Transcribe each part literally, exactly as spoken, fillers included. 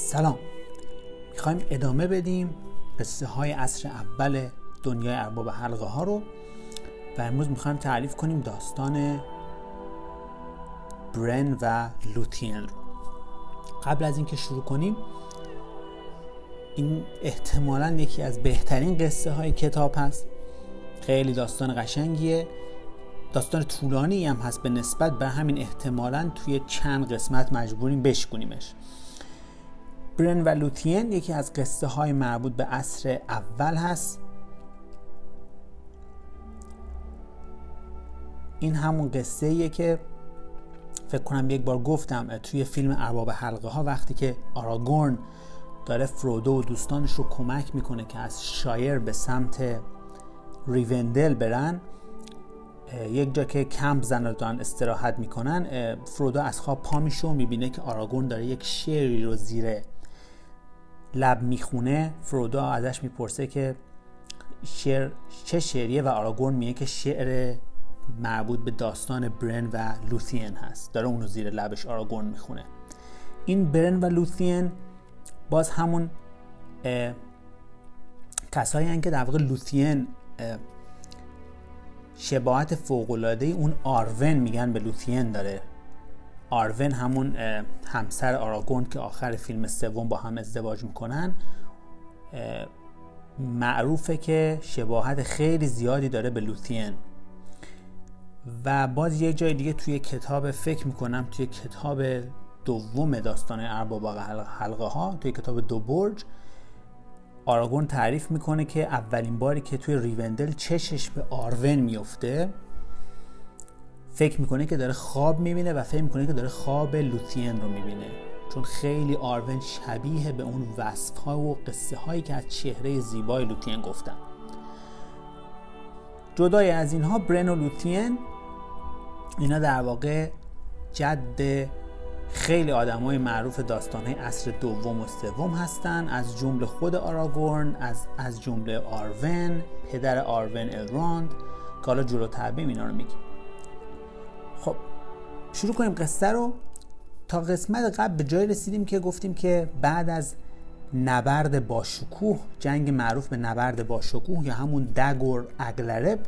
سلام، میخوایم ادامه بدیم قصه های عصر اول دنیای ارباب حلقه ها رو و امروز میخوایم تعریف کنیم داستان برن و لوتین رو. قبل از اینکه شروع کنیم، این احتمالاً یکی از بهترین قصه های کتاب هست. خیلی داستان قشنگیه، داستان طولانی هم هست به نسبت، به همین احتمالاً توی چند قسمت مجبوریم بشکنیمش. برن و لوتین یکی از قصه های مربوط به عصر اول هست. این همون قصه ایه که فکر کنم یک بار گفتم توی فیلم ارباب حلقه ها، وقتی که آراگورن داره فرودو و دوستانش رو کمک میکنه که از شایر به سمت ریوندل برن، یک جا که کمپ زنان دارن استراحت میکنن، فرودو از خواب پا میشه و میبینه که آراگورن داره یک شعری رو زیر لب میخونه. فرودو ازش میپرسه که شعر چه شعریه و آراگورن میگه که شعر مربوط به داستان برن و لوتین هست، داره اونو زیر لبش آراگورن میخونه. این برن و لوتین باز همون کسایی هستن که در واقع لوتین شباهت فوق‌العاده اون آرون میگن به لوتین داره. آرون همون همسر آراگورن که آخر فیلم سوم با هم ازدواج میکنن، معروفه که شباهت خیلی زیادی داره به لوتین. و باز یک جای دیگه توی کتاب، فکر میکنم توی کتاب دوم داستان ارباب حلقه ها، توی کتاب دو برج، آراگورن تعریف میکنه که اولین باری که توی ریوندل چشش به آرون میفته، فکر میکنه که داره خواب میبینه و فکر میکنه که داره خواب لوتین رو میبینه، چون خیلی آرون شبیه به اون وصف ها و قصه هایی که از چهره زیبای لوتین گفتن. جدای از اینها، برن و لوتین اینا در واقع جد خیلی آدمای معروف داستان‌های عصر دوم و سوم هستن، از جمله خود آراگورن، از از جمله آرون، پدر آرون الراند، که حالا جلوتر بریم اینا رو میگیم. خب شروع کنیم قصه رو. تا قسمت قبل به جای رسیدیم که گفتیم که بعد از نبرد با شکوه، جنگ معروف به نبرد با شکوه یا همون دگور اگلرب،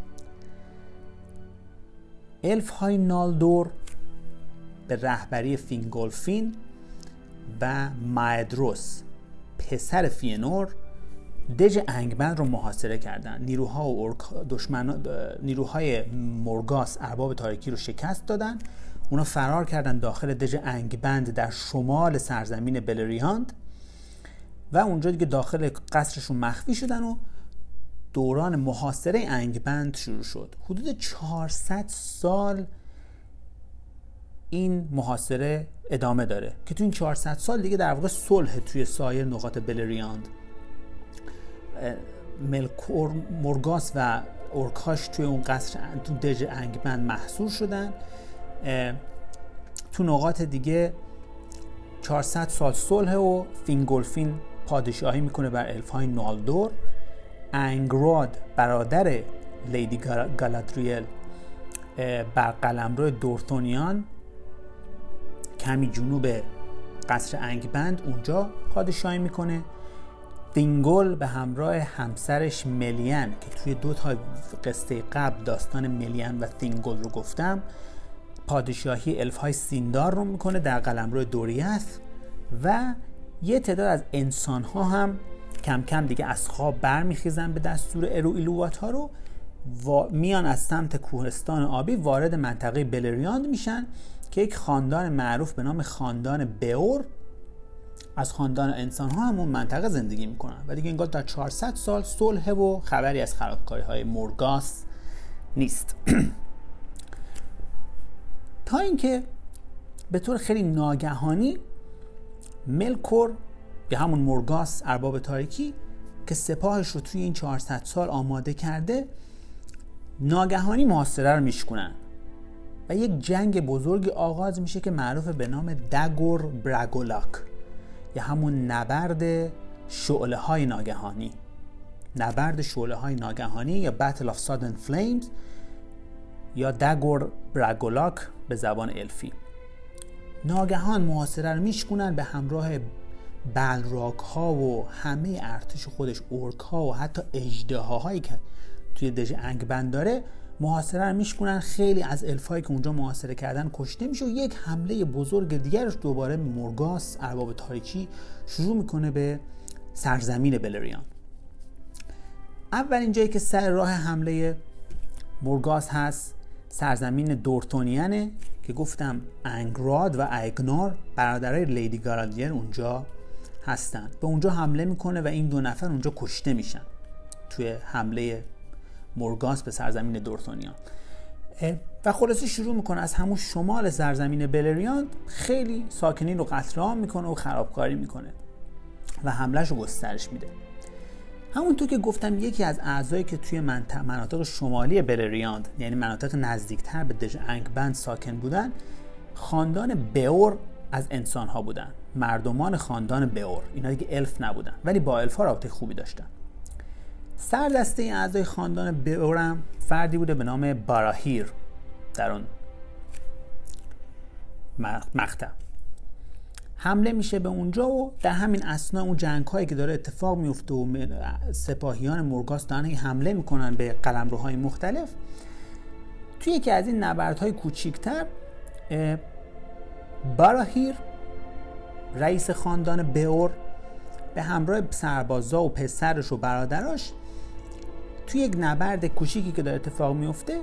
الف های نالدور به رهبری فینگولفین و مایدروس پسر فینور دژ انگبند رو محاصره کردن. نیروها و اورک دشمن نیروهای مورگاس ارباب تاریکی رو شکست دادن. اونا فرار کردن داخل دژ انگبند در شمال سرزمین بلریاند و اونجا دیگه داخل قصرشون مخفی شدن و دوران محاصره انگبند شروع شد. حدود چهارصد سال این محاصره ادامه داره که تو این چهارصد سال دیگه در واقع صلح توی سایر نقاط بلریاند. ملکور مورگاس و اورکاش توی اون قصر تو دژ انگبند محصور شدن. تو نقاط دیگه چهارصد سال صلح و فینگولفین پادشاهی میکنه بر الفهای نالدور. انگراد برادر لیدی گالادریل بر قلمرو دورتونیان کمی جنوب قصر انگبند اونجا پادشاهی میکنه. فینگول به همراه همسرش ملین که توی دو تا قصه قبل داستان ملین و فینگول رو گفتم، پادشاهی الفهای سیندار رو میکنه در قلمرو دوریث و یه تعداد از انسان‌ها هم کم کم دیگه از خواب برمیخیزن به دستور ارو ایلوواتار رو و میان از سمت کوهستان آبی وارد منطقه بلریاند میشن که یک خاندان معروف به نام خاندان بیور از خاندان انسان‌ها همون منطقه زندگی میکنن و دیگه انگار در چهارصد سال صلح و خبری از خرابکاری‌های مورگاس نیست. تا اینکه به طور خیلی ناگهانی ملکور یا همون مورگاس ارباب تاریکی که سپاهش رو توی این چهارصد سال آماده کرده، ناگهانی محاصره رو میشکنن و یک جنگ بزرگی آغاز میشه که معروف به نام دگور براگولاک یا همون نبرد شعله های ناگهانی نبرد شعله های ناگهانی یا Battle of Sudden Flames یا دگور براگولاک به زبان الفی. ناگهان محاصره رو میشکنن به همراه بلراک ها و همه ارتش خودش، اورک ها و حتی اژدهاهایی که توی دژ انگبند داره محاصره رو میشکنن. خیلی از الفایی که اونجا محاصره کردن کشته میشه و یک حمله بزرگ دیگرش دوباره مورگاس ارباب تاریکی شروع میکنه به سرزمین بلریان. اولین جایی که سر راه حمله مورگاس هست سرزمین دورتونیانه که گفتم انگراد و ایگنار برادرای لیدی گالادریر اونجا هستن. به اونجا حمله میکنه و این دو نفر اونجا کشته میشن توی حمله مورگاس به سرزمین دورتونیان. و خلاصه شروع میکنه از همون شمال سرزمین بلریان خیلی ساکنین رو قتل عام میکنه و خرابکاری میکنه و حملهش رو گسترش میده. همونطور که گفتم یکی از اعضایی که توی مناطق شمالی بلریاند، یعنی مناطق نزدیکتر به دژ انگبند ساکن بودن، خاندان بئور از انسان‌ها بودن، مردمان خاندان بئور. اینا دیگه الف نبودن ولی با الف‌ها رابطه خوبی داشتن. سردسته این اعضای خاندان بئور هم فردی بوده به نام باراهیر در اون مقطع. حمله میشه به اونجا و در همین اثنا اون جنگ‌هایی که داره اتفاق میفته و سپاهیان مورگاس دارن حمله میکنن به قلمروهای مختلف، توی یکی از این نبردهای کوچیک‌تر باراهیر رئیس خاندان بئور به همراه سربازا و پسرش و برادراش توی یک نبرد کوچیکی که داره اتفاق میفته،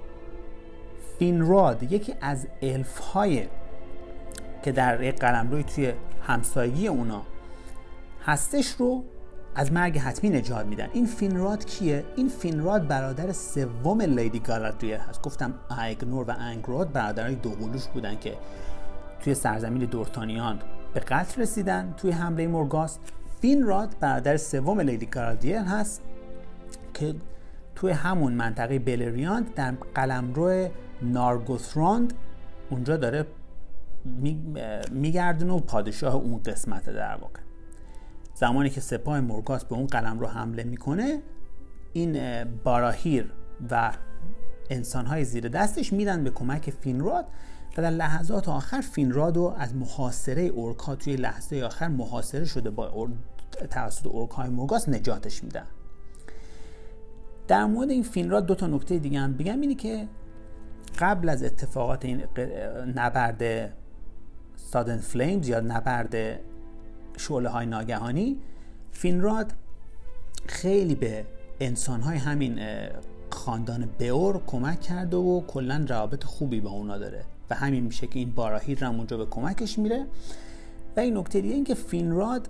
فینراد یکی از الف‌های که در یک قلمروی توی همسایگی اونا هستش رو از مرگ حتمی نجات میدن. این فینراد کیه؟ این فینراد برادر سوم لیدی گالادریر هست. گفتم ایگنور و انگراد برادرای دوقلوش بودن که توی سرزمین دورتانیان به قتل رسیدن توی حمله مورگاس. فینراد برادر سوم لیدی گالادریر هست که توی همون منطقه بلریاند در قلمرو نارگوثراند اونجا داره میگردونه و پادشاه اون قسمت در واقع. زمانی که سپاه مورگاس به اون قلمرو حمله میکنه، این باراهیر و انسانهای زیر دستش میرن به کمک فینراد و در لحظات آخر فینراد رو از محاصره اورک‌ها توی لحظه آخر محاصره شده با اور... توسط اورک‌های مورگاس نجاتش میدن. در مورد این فینراد دو تا نکته دیگه هم بگم، اینی که قبل از اتفاقات این نبرد سادن فلیمز یا نبرد شعله های ناگهانی، فینراد خیلی به انسان های همین خاندان بئور کمک کرده و کلا روابط خوبی با اونا داره و همین میشه که این باراهیر هم اونجا به کمکش میره. و این نکته دیگه این که فینراد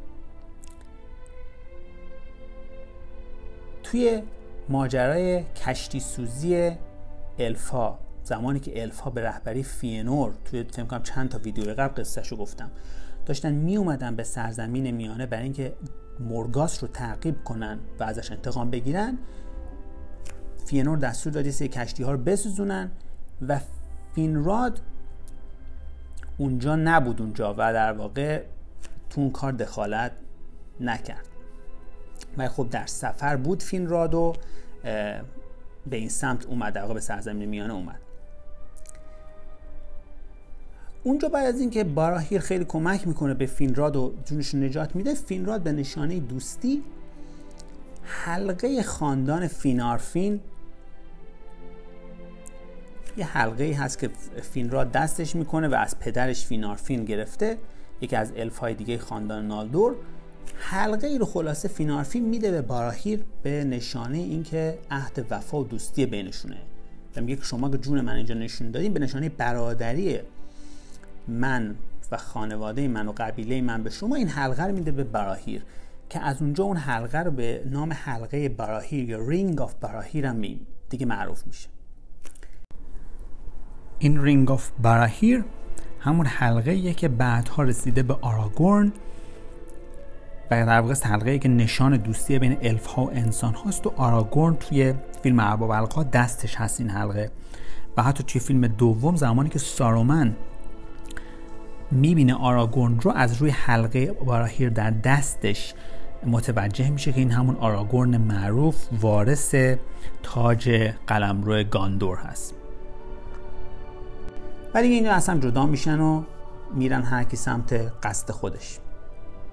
توی ماجرای کشتی سوزی الفا، زمانی که الفا به رهبری فینور، توی فکر کنم چند تا ویدیو قبل قصه‌شو گفتم، داشتن می اومدن به سرزمین میانه برای اینکه مورگاس رو تعقیب کنن و ازش انتقام بگیرن، فینور دستور داد سری کشتی ها رو بسوزونن و فینراد اونجا نبود اونجا و در واقع تو اون کار دخالت نکرد. و خب در سفر بود فینراد و به این سمت اومد، در واقع به سرزمین میانه اومد. اونجا بعد از اینکه باراهیر خیلی کمک میکنه به فینراد و جونش نجات میده، فینراد به نشانه دوستی حلقه خاندان فینارفین، یه حلقه هست که فینراد دستش میکنه و از پدرش فینارفین گرفته، یکی از الفهای دیگه خاندان نالدور، حلقه ای رو خلاصه فینارفین میده به باراهیر به نشانه اینکه عهد وفا و دوستی بینشونه و میگه که شما که جون من اینجا نشون دادین، به نشانه برادری من و خانواده من و قبیله من به شما، این حلقه رو میده به باراهیر که از اونجا اون حلقه رو به نام حلقه باراهیر یا رینگ آف باراهیر هم دیگه معروف میشه. این رینگ آف باراهیر همون حلقه ایه که بعدها رسیده به آراگورن و در واقع حلقه‌ای که نشان دوستی بین الف ها و انسان هاست و آراگورن توی فیلم ارباب القا دستش هست این حلقه. و حتی توی فیلم دوم زمانی که سارومن میبینه آراگورن رو از روی حلقه باراهیر در دستش، متوجه میشه که این همون آراگورن معروف وارث تاج قلمرو گاندور هست. ولی اینا اصلا جدا میشن و میرن هر کی سمت قصد خودش.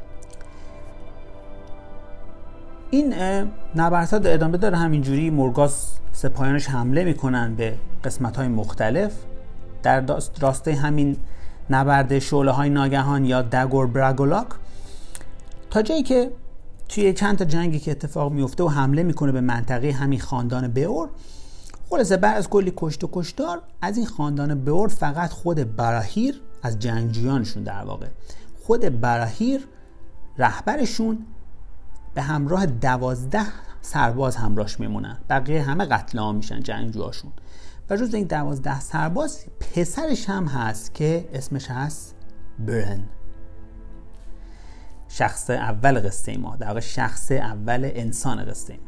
این نبردها ادامه داره همینجوری. مورگاس سپاهیانش حمله میکنن به قسمت‌های مختلف در راسته همین نبرد شعله‌های ناگهان یا دگور براگولاک، تا جایی که توی چند تا جنگی که اتفاق میفته و حمله میکنه به منطقه همین خاندان بئور. خلاصه بعد از کلی کشت و کشتار از این خاندان بئور فقط خود براهیر از جنگجویانشون در واقع خود براهیر رهبرشون به همراه دوازده سرباز همراهش میمونن، بقیه همه قتل عام میشن جنگجوهاشون. و جز این دوازده سرباز پسرش هم هست که اسمش هست برن، شخص اول قصه ما، در واقع شخص اول انسان قصه ما.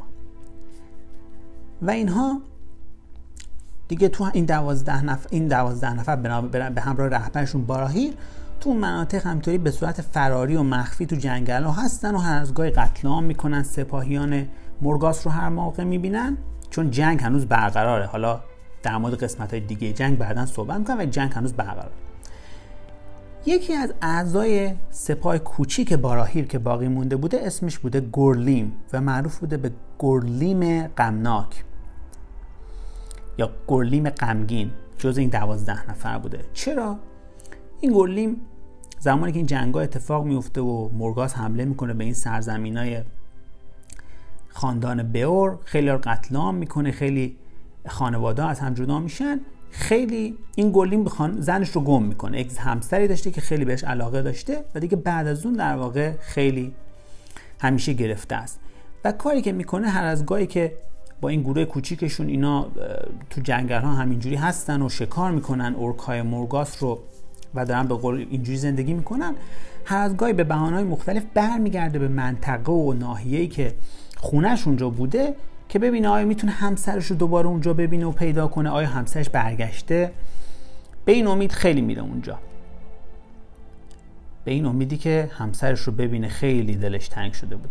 و اینها دیگه تو این دوازده نفر این دوازده نفر به همراه رهبرشون براهیر تو مناطق همینطوری به صورت فراری و مخفی تو جنگل ها هستن و هر از گاهی قتل عام میکنن. سپاهیان مورگاس رو هر موقع میبینن، چون جنگ هنوز برقراره. حالا در مورد قسمت های دیگه جنگ بعداً صحبت میکنم و جنگ هنوز برقراره. یکی از اعضای سپاه کوچیک براهیر که باقی مونده بوده اسمش بوده گورلیم و معروف بوده به گورلیم غمناک یا گورلیم غمگین، جز این دوازده نفر بوده. چرا؟ این گورلیم زمانی که این جنگ‌ها اتفاق میفته و مورگاس حمله میکنه به این سرزمینای خاندان بئور، خیلی رو قتل عام میکنه، خیلی خانواده از هم جدا میشن. خیلی این گورلیم بخوان زنش رو گم میکنه. یک همسری داشته که خیلی بهش علاقه داشته و دیگه بعد از اون در واقع خیلی همیشه گرفته است. و کاری که میکنه هر از گاهی که با این گروه کوچیکشون اینا تو جنگل ها همینجوری هستن و شکار میکنن اورکای مورگاس رو و دارن به قول اینجوری زندگی میکنن، هر از گاهی به بهانه‌های مختلف برمیگرده به منطقه و ناحیه‌ای که خونه‌ش اونجا بوده که ببینه آیا میتونه همسرش رو دوباره اونجا ببینه و پیدا کنه، آیا همسرش برگشته. به این امید خیلی میره اونجا، به این امیدی که همسرش رو ببینه خیلی دلش تنگ شده بوده.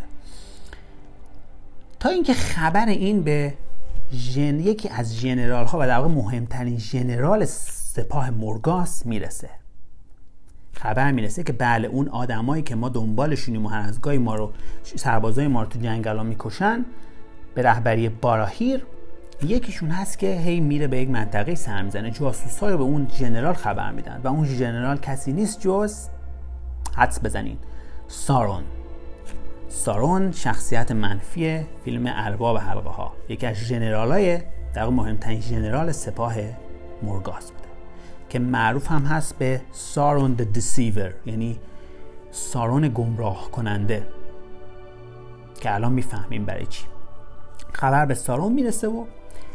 تا اینکه خبر این به ژن یکی از ژنرال ها و در واقع مهمترین ژنرال سپاه مورگاس میرسه. خبر میرسه که بله اون آدمایی که ما دنبالشونیم و هر از گاهی ما رو سربازای ما رو تو جنگلا میکشن به رهبری براهیر، یکیشون هست که هی میره به یک منطقه سر میزنه. جاسوسا رو به اون ژنرال خبر میدن و اون ژنرال کسی نیست جز، حدس بزنین، سارون. سارون شخصیت منفی فیلم ارباب حلقه ها، یکی از ژنرالای در واقع مهمترین ژنرال سپاه مورگاس بوده که معروف هم هست به سارون the deceiver، یعنی سارون گمراه کننده، که الان میفهمیم برای چی. خبر به سارون میرسه و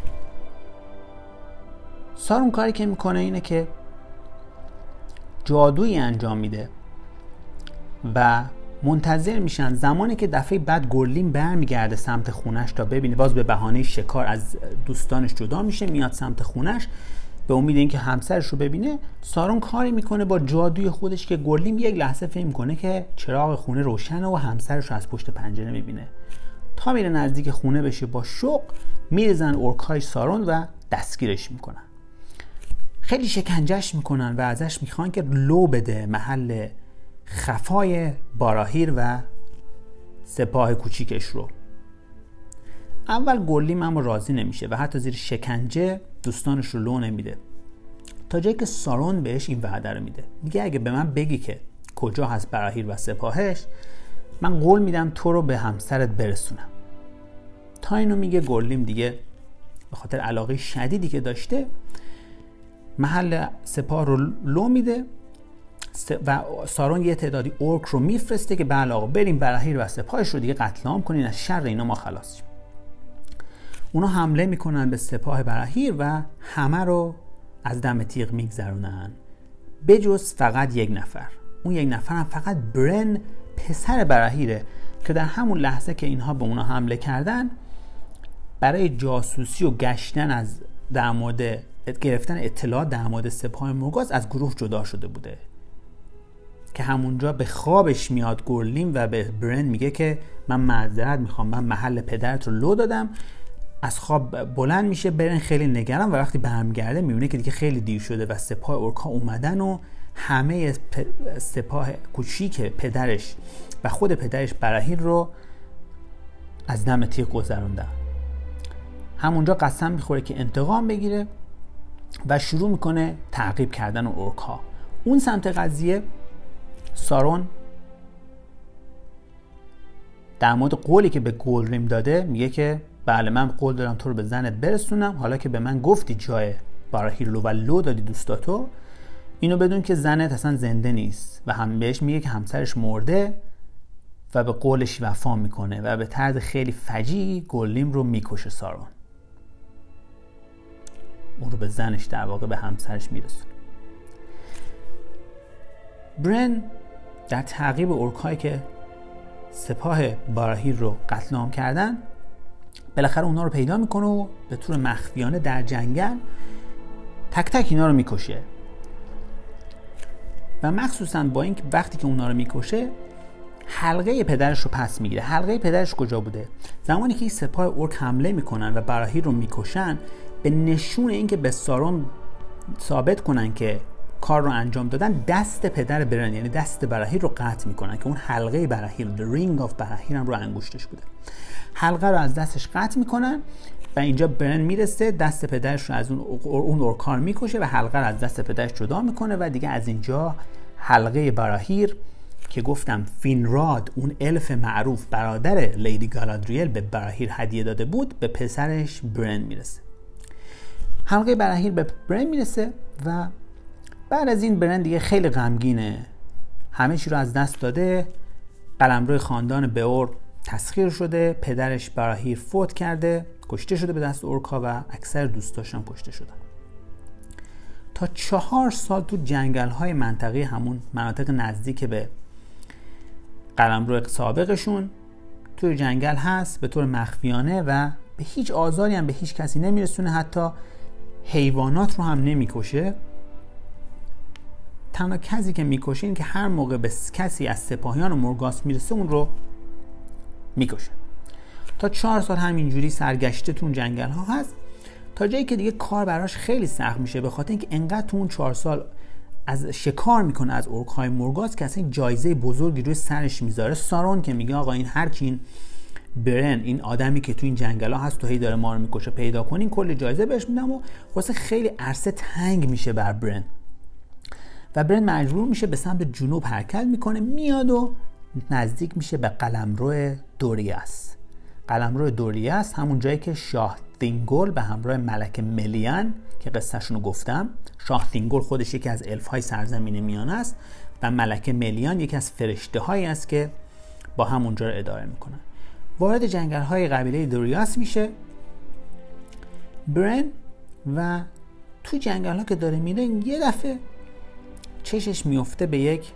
سارون کاری که میکنه اینه که جادویی انجام میده و منتظر میشن زمانی که دفعه بعد گورلیم برمیگرده سمت خونش تا ببینه، باز به بهانه شکار از دوستانش جدا میشه، میاد سمت خونش به امید اینکه همسرش رو ببینه. سارون کاری میکنه با جادوی خودش که گورلیم یک لحظه فکر میکنه که چراغ خونه روشنه و همسرش رو از پشت پنجره میبینه. تا میره نزدیک خونه بشه با شوق میرزن اورکای سارون و دستگیرش میکنن. خیلی شکنجهش میکنن و ازش میخوان که لو بده محل خفای براهیر و سپاه کوچیکش رو. اول گورلیم اما راضی نمیشه و حتی زیر شکنجه دوستانش رو لو نمیده، تا جایی که سارون بهش این وعده رو میده. میگه اگه به من بگی که کجا هست براهیر و سپاهش، من قول میدم تو رو به همسرت برسونم. تا اینو میگه گورلیم دیگه به خاطر علاقه شدیدی که داشته محل سپاه رو لو میده و سارون یه تعدادی اورک رو میفرسته که بله آقا بریم براهیر و سپاهش رو دیگه قتل عام کنین، از شر اینا ما خلاص شیم. اونا حمله میکنن به سپاه براهیر و همه رو از دم تیغ میگذرونن بجز فقط یک نفر. اون یک نفر هم فقط برن پسر براهیره که در همون لحظه که اینها به اونا حمله کردن برای جاسوسی و گشتن از در مورد گرفتن اطلاعات در مورد سپاه مورگاس از گروه جدا شده بوده، که همونجا به خوابش میاد گورلیم و به برن میگه که من معذرت میخوام، من محل پدرت رو لو دادم. از خواب بلند میشه برن خیلی نگران و وقتی برمیگرده میبینه که دیگه خیلی دیر شده و سپاه اورکا اومدن و همه سپاه کوچیک پدرش و خود پدرش براهیر رو از دم تیغ گذروندن. همونجا قسم میخوره که انتقام بگیره و شروع میکنه تعقیب کردن اورک ها. اون سمت قضیه سارون در مورد قولی که به گولریم داده میگه که بله من قول دارم تو رو به زنت برسونم، حالا که به من گفتی جای باراهیر رو و لو دادی دوستاتو، اینو بدون که زنت اصلا زنده نیست. و هم بهش میگه که همسرش مرده و به قولش وفا میکنه و به طرز خیلی فجیعی گولریم رو میکشه سارون. اون رو به زنش در واقع به همسرش میرسونه. برن در تعقیب اورکایی که سپاه باراهیر رو قتل عام کردن بالاخره اونا رو پیدا میکنه و به طور مخفیانه در جنگل تک تک اینا رو میکشه. و مخصوصا با اینکه وقتی که اونا رو میکشه حلقه پدرش رو پس میگیره. حلقه پدرش کجا بوده؟ زمانی که این سپاه اورک حمله میکنن و باراهیر رو میکشن، به نشون اینکه به سارون ثابت کنن که کار رو انجام دادن، دست پدر برن یعنی دست باراهیر رو قطع میکنن که اون حلقه باراهیر، the ring of باراهیر هم رو انگشتش بوده. حلقه رو از دستش قطع میکنن و اینجا برن میرسه دست پدرش رو از اون اون اورکار میکشه و حلقه رو از دست پدرش جدا میکنه و دیگه از اینجا حلقه باراهیر که گفتم فینراد اون الف معروف برادر لیدی گالادریل به باراهیر هدیه داده بود به پسرش برن میرسه. حلقه باراهیر به برن میرسه و بعد از این برن دیگه خیلی غمگینه، همه چی رو از دست داده، قلمرو خاندان بئور تسخیر شده، پدرش باراهیر فوت کرده، کشته شده به دست اورکا و اکثر دوستاش هم کشته شدن. تا چهار سال تو جنگل‌های منطقه همون مناطق نزدیک به قلمرو سابقشون توی جنگل هست به طور مخفیانه و به هیچ آزاری هم به هیچ کسی نمیرسونه، حتی حیوانات رو هم نمیکشه. تنها کسی که میکشه این که هر موقع به کسی از سپاهیان و مرگاس میرسه اون رو میکشه. تا چهار سال همینجوری سرگشته تو اون جنگل ها هست تا جایی که دیگه کار براش خیلی سخت میشه، به خاطر اینکه انقدر تو اون چهار سال از شکار میکنه از اورک های مرگاس که اصلا جایزه بزرگی روی سرش میذاره. سارون که میگه آقا این هرچی این برن این آدمی که تو این جنگل ها هست تو هی داره ما رو میکشه پیدا کنین کلی جایزه بهش میدم و واسه خیلی عرصه تنگ میشه بر برن و برن مجبور میشه به سمت جنوب حرکت میکنه، میاد و نزدیک میشه به قلمرو دوریاس. قلمرو دوریاس همون جایی که شاه تینگول به همراه ملکه ملیان که قصهشون رو گفتم، شاه تینگول خودش یکی از الف‌های سرزمین میانه است و ملکه ملیان یکی از فرشته هایی است که با همونجا رو اداره میکنن. وارد جنگل های قبیله دوریاس میشه برن و تو جنگل ها که داره میره یه دفعه چشش میفته به یک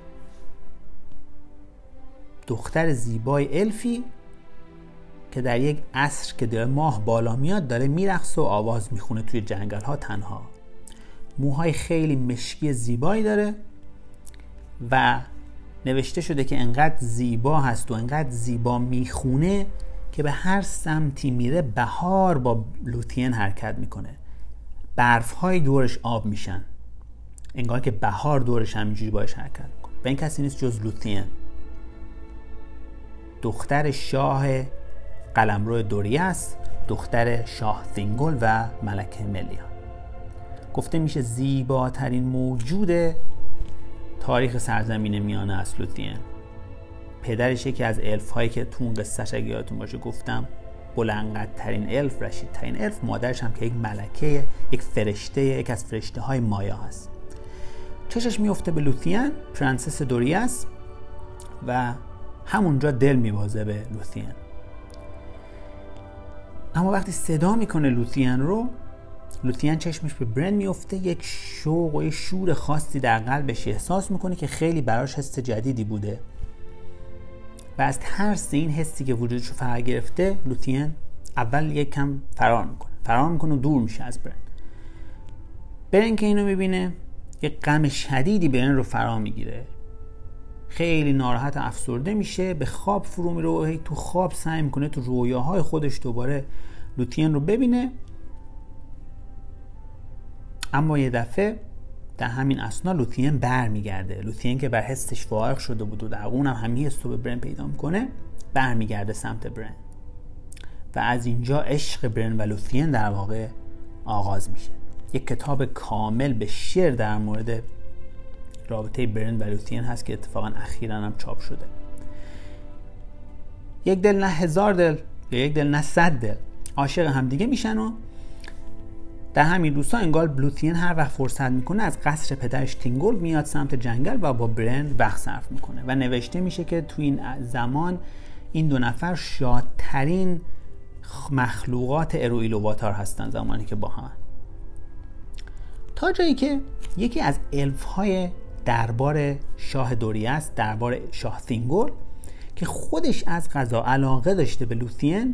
دختر زیبای الفی که در یک عصر که داره ماه بالا میاد داره میرقصه و آواز میخونه توی جنگل ها تنها. موهای خیلی مشکی زیبایی داره و نوشته شده که انقدر زیبا هست و انقدر زیبا میخونه که به هر سمتی میره بهار با لوتین حرکت میکنه، برف های دورش آب میشن، انگار که بهار دورش همینجوری باش حرکت میکنه. و این کسی نیست جز لوتین، دختر شاه قلمرو دوریاس، دختر شاه تینگول و ملکه ملیان. گفته میشه زیباترین موجود تاریخ سرزمین میانه است لوتین. پدرش یکی از الف هایی که تو اون قصهش اگه یادتون باشه گفتم بلندقدرترین الف، رشیدترین الف. مادرش هم که یک ملکه، یک فرشته، یک از فرشته های مایا هست. چشش میفته به لوتین، پرنسس دوریاس، و همونجا دل میبازه به لوتین. اما وقتی صدا میکنه لوتین رو، لوتین چشمش به برن میفته، یک شوق و یک شور خاصی در قلبش احساس میکنه که خیلی براش حس جدیدی بوده و از ترس این حسی که وجودش رو فرا گرفته لوتین اول یک کم فرار میکنه فرار میکنه و دور میشه از برن. برن که اینو میبینه یک غم شدیدی برن رو فرا میگیره، خیلی ناراحت و افسرده میشه، به خواب فرو میره و هی تو خواب سعی میکنه تو رویاهای خودش دوباره لوتین رو ببینه. اما یه دفعه در همین اثنا لوتین بر میگرده. لوتین که بر حسش فائق شده بود و در اون هم همین حس رو به برن پیدا میکنه، بر میگرده سمت برن و از اینجا عشق برن و لوثین در واقع آغاز میشه. یک کتاب کامل به شعر در مورد رابطه برن و لوثین هست که اتفاقا اخیراً هم چاپ شده. یک دل نه هزار دل یا یک دل نه صد دل عاشق هم دیگه میشن و در همین روزها انگار لوثین هر وقت فرصت میکنه از قصر پدرش تینگول میاد سمت جنگل و با برن وقت صرف میکنه و نوشته میشه که تو این زمان این دو نفر شادترین مخلوقات اروئیلوواتار هستن زمانی که با هم، تا جایی که یکی از الف های دربار شاه دوریاس، دربار شاه تینگول، که خودش از قضا علاقه داشته به لوثین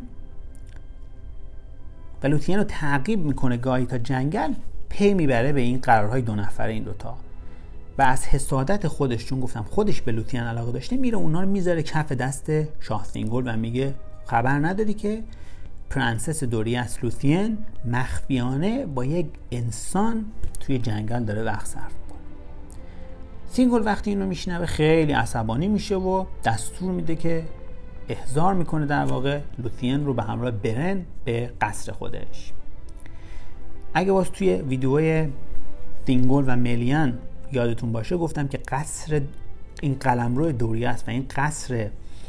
و لوثین رو تعقیب میکنه گاهی تا جنگل، پی میبره به این قرارهای دو نفره این دوتا و از حسادت خودش، چون گفتم خودش به لوثین علاقه داشته، میره اونا رو میذاره کف دست شاه تینگول و میگه خبر نداری که پرنسس دوریاس لوثین مخفیانه با یک انسان توی جنگل داره وقت صرف میکنه. تینگول وقتی اینو میشنوه خیلی عصبانی میشه و دستور میده که احضار میکنه در واقع لوثین رو به همراه برن به قصر خودش. اگه باز توی ویدیوهای تینگول و ملیان یادتون باشه گفتم که قصر این قلمرو دوریاس و این قصر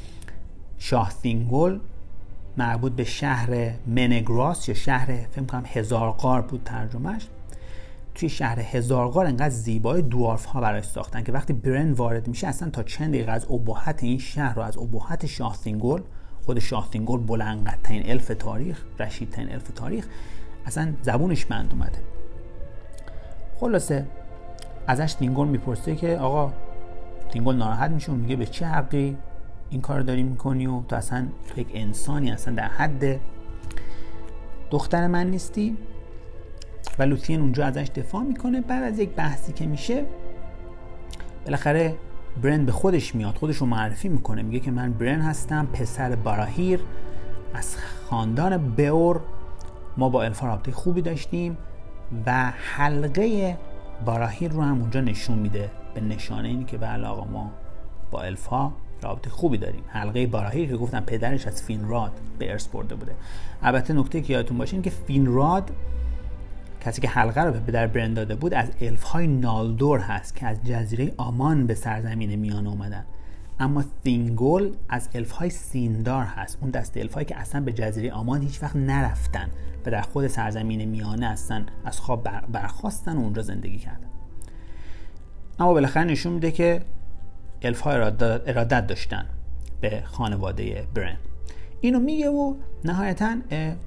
شاه تینگول مربوط به شهر منگراس یا شهر فکر کنم هزارقار بود ترجمهش. توی شهر هزارقار انقدر زیبای دوارف ها براش ساختن که وقتی برن وارد میشه اصلا تا چند دقیقه از ابهت این شهر و از ابهت شاه تینگول، خود شاه تینگول بلندقدترین الف تاریخ، رشیدترین الف تاریخ، اصلا زبونش بند اومده. خلاصه ازش تینگول میپرسه که آقا، تینگول ناراحت میشه و میگه به چه حقی این کار داری میکنی و تو اصلا تو یک انسانی اصلا در حد دختر من نیستی. و لوثین اونجا ازش دفاع میکنه. بعد از یک بحثی که میشه بالاخره برن به خودش میاد، خودش رو معرفی میکنه، میگه که من برن هستم، پسر باراهیر از خاندان بئور. ما با الفا رابطه خوبی داشتیم و حلقه باراهیر رو هم اونجا نشون میده به نشانه اینی که بله آقا ما با الفا رابطه خوبی داریم. حلقه باراهیر که گفتم پدرش از فینراد به ارث برده بوده. البته نکته که یادتون باشه این که فینراد، کسی که حلقه رو به پدر برن داده بود، از الف‌های نالدور هست که از جزیره آمان به سرزمین میانه اومدن، اما تینگول از الف‌های سیندار هست، اون دسته الف‌هایی که اصلا به جزیره آمان هیچ وقت نرفتن و در خود سرزمین میانه هستن، از خواب برخاستن و اونجا زندگی کردن. اما بالاخره نشون میده که الف‌ها ارادت داشتن به خانواده برن. اینو میگه و نهایتاً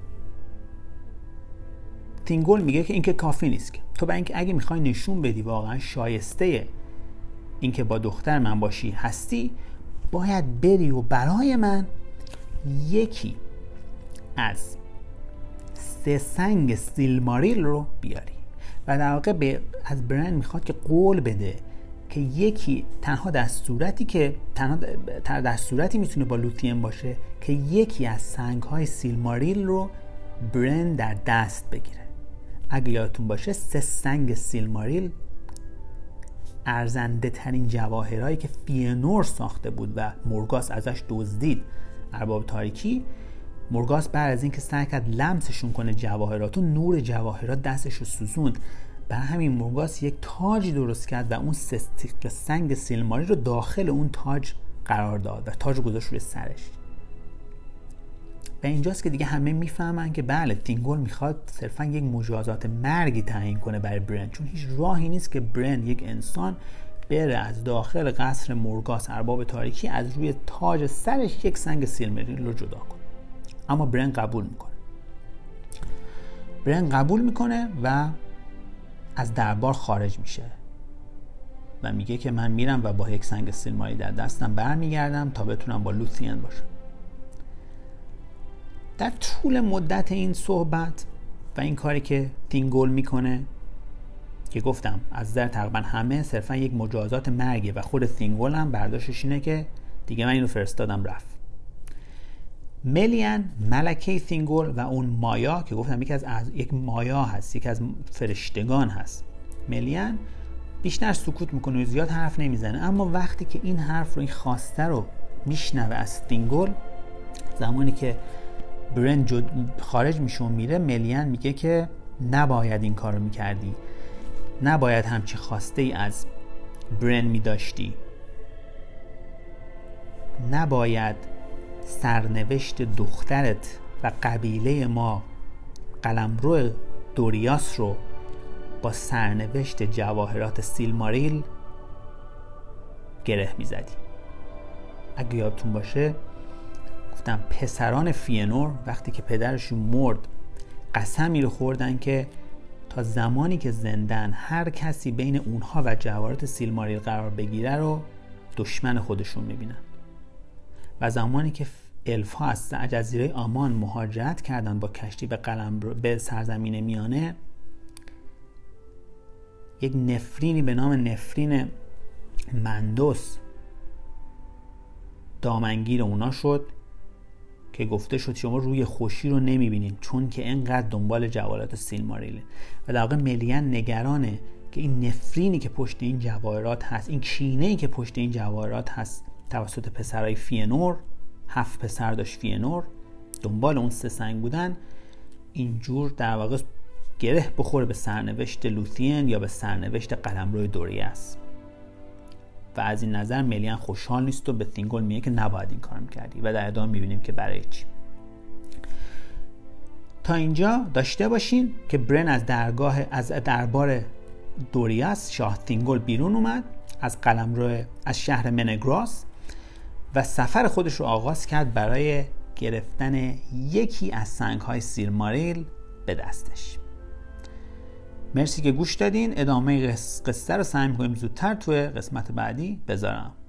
تینگول میگه که این که کافی نیست، که تو برای اینکه اگه میخوای نشون بدی واقعا شایسته اینکه با دختر من باشی هستی، باید بری و برای من یکی از سه سنگ سیلماریل رو بیاری. و در واقع به از برن میخواد که قول بده که یکی تنها در صورتی که تنها در صورتی میتونه با لوثین باشه که یکی از سنگ‌های سیلماریل رو برن در دست بگیره. اگه یادتون باشه سه سنگ سیلماریل ارزنده ترین جواهرایی که فینور ساخته بود و مورگاس ازش دزدید، ارباب تاریکی. مورگاس بعد از اینکه سعی کرد لمسشون کنه جواهرات و نور جواهرات دستش رو سوزوند، برای همین مورگاس یک تاج درست کرد و اون سه تیکه سنگ سیلماریل رو داخل اون تاج قرار داد و تاج گذاشت روی سرش. و اینجاست که دیگه همه میفهمن که بله تینگول میخواد صرفا یک مجازات مرگی تعیین کنه برای برن، چون هیچ راهی نیست که برن یک انسان بره از داخل قصر مورگاس ارباب تاریکی از روی تاج سرش یک سنگ سیلماریل رو جدا کنه. اما برن قبول میکنه. برن قبول میکنه و از دربار خارج میشه و میگه که من میرم و با یک سنگ سیلماریل در دستم برمیگردم تا بتونم با لوثین باشم. در طول مدت این صحبت و این کاری که تینگول میکنه که گفتم از نظر تقریبا همه صرفا یک مجازات مرگه و خود تینگول هم برداشتش اینه که دیگه من اینو فرستادم رفت. ملیان، ملکه تینگول و اون مایا که گفتم یکی از, از یک مایا هست، یکی از فرشتگان هست، ملیان بیشتر سکوت میکنه و زیاد حرف نمیزنه. اما وقتی که این حرف رو، این خواسته رو میشنوه از تینگول، زمانی که برن جد... خارج میشه و میره، ملین میگه که نباید این کارو میکردی، نباید همچی خواسته ای از برن میداشتی، نباید سرنوشت دخترت و قبیله ما قلمرو دوریاس رو با سرنوشت جواهرات سیلماریل گره میزدی. اگه یادتون باشه گفتم پسران فینور وقتی که پدرشون مرد قسمی رو خوردن که تا زمانی که زندن هر کسی بین اونها و جواهرات سیلماریل قرار بگیره رو دشمن خودشون میبینن. و زمانی که الف ها از جزیره آمان مهاجرت کردن با کشتی به قلمرو به سرزمین میانه، یک نفرینی به نام نفرین مندوس دامنگیر اونا شد که گفته شد شما روی خوشی رو نمیبینین چون که اینقدر دنبال جواهرات سیلماریله. و در واقع ملین نگرانه که این نفرینی که پشت این جواهرات هست، این کینه‌ای که پشت این جواهرات هست توسط پسرای فینور، هفت پسر داشت فینور، دنبال اون سه سنگ بودن، اینجور در واقع گره بخوره به سرنوشت لوثین یا به سرنوشت قلمرو دوریاس. و از این نظر ملین خوشحال نیست و به ثینگول میگه که نباید این کار میکردی و در ادامه میبینیم که برای چی. تا اینجا داشته باشین که برن از درگاه از دربار دوریاس شاه ثینگول بیرون اومد از قلمرو از شهر منگراس و سفر خودش رو آغاز کرد برای گرفتن یکی از سنگ‌های سیلماریل به دستش. مرسی که گوش دادین. ادامه قصه رو سعی می‌کنیم زودتر توی قسمت بعدی بذارم.